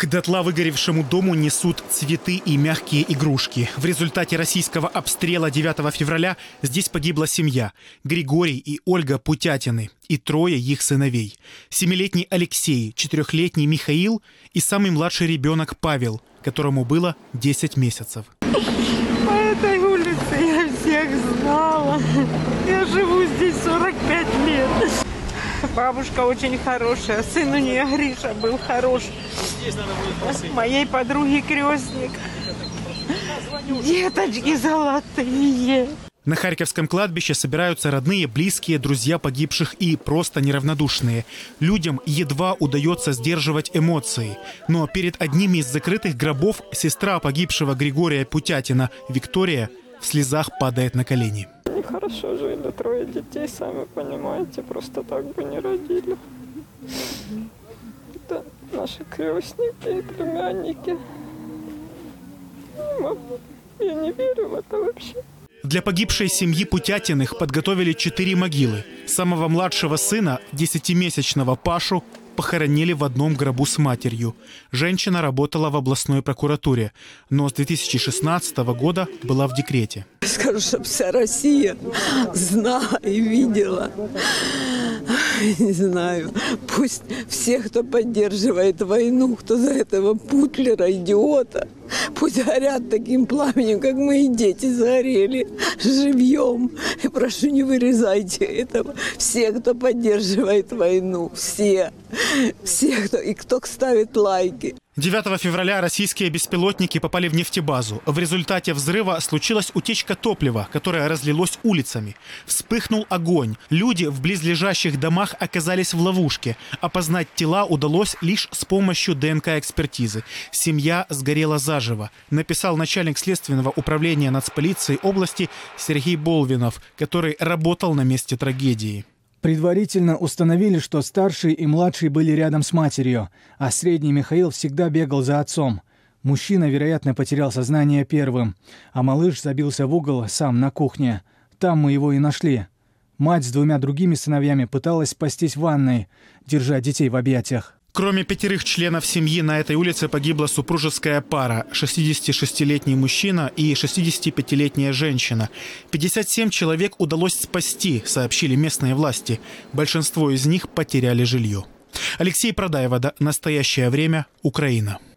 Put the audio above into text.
К дотла выгоревшему дому несут цветы и мягкие игрушки. В результате российского обстрела 9 февраля здесь погибла семья. Григорий и Ольга Путятины и 3 их сыновей. 7-летний Алексей, 4-летний Михаил и самый младший ребенок Павел, которому было 10 месяцев. По этой улице я всех знала. Я живу здесь 45 лет. Бабушка очень хорошая, сын у нее Гриша был хороший. Моей подруги крестник. Деточки золотые. На Харьковском кладбище собираются родные, близкие, друзья погибших и просто неравнодушные. Людям едва удается сдерживать эмоции. Но перед одним из закрытых гробов сестра погибшего Григория Путятина, Виктория, в слезах падает на колени. Нехорошо жили, 3 детей, сами понимаете, просто так бы не родили. Это наши крестники и племянники. Я не верю в это вообще. Для погибшей семьи Путятиных подготовили 4 могилы. Самого младшего сына, 10-месячного Пашу, похоронили в одном гробу с матерью. Женщина работала в областной прокуратуре, но с 2016 года была в декрете. Скажу, чтобы вся Россия знала и видела. Не знаю, пусть все, кто поддерживает войну, кто за этого Путлера, идиота, пусть горят таким пламенем, как мои дети сгорели живьем. И прошу, не вырезайте этого. Все, кто поддерживает войну, все, кто ставит лайки. 9 февраля российские беспилотники попали в нефтебазу. В результате взрыва случилась утечка топлива, которое разлилось улицами. Вспыхнул огонь. Люди в близлежащих домах оказались в ловушке. Опознать тела удалось лишь с помощью ДНК-экспертизы. Семья сгорела заживо, написал начальник следственного управления нацполиции области Сергей Болвинов, который работал на месте трагедии. Предварительно установили, что старший и младший были рядом с матерью, а средний Михаил всегда бегал за отцом. Мужчина, вероятно, потерял сознание первым, а малыш забился в угол сам на кухне. Там мы его и нашли. Мать с 2 другими сыновьями пыталась спастись в ванной, держа детей в объятиях. Кроме 5 членов семьи, на этой улице погибла супружеская пара – 66-летний мужчина и 65-летняя женщина. 57 человек удалось спасти, сообщили местные власти. Большинство из них потеряли жилье. Алексей Продаева, «Настоящее время», Украина.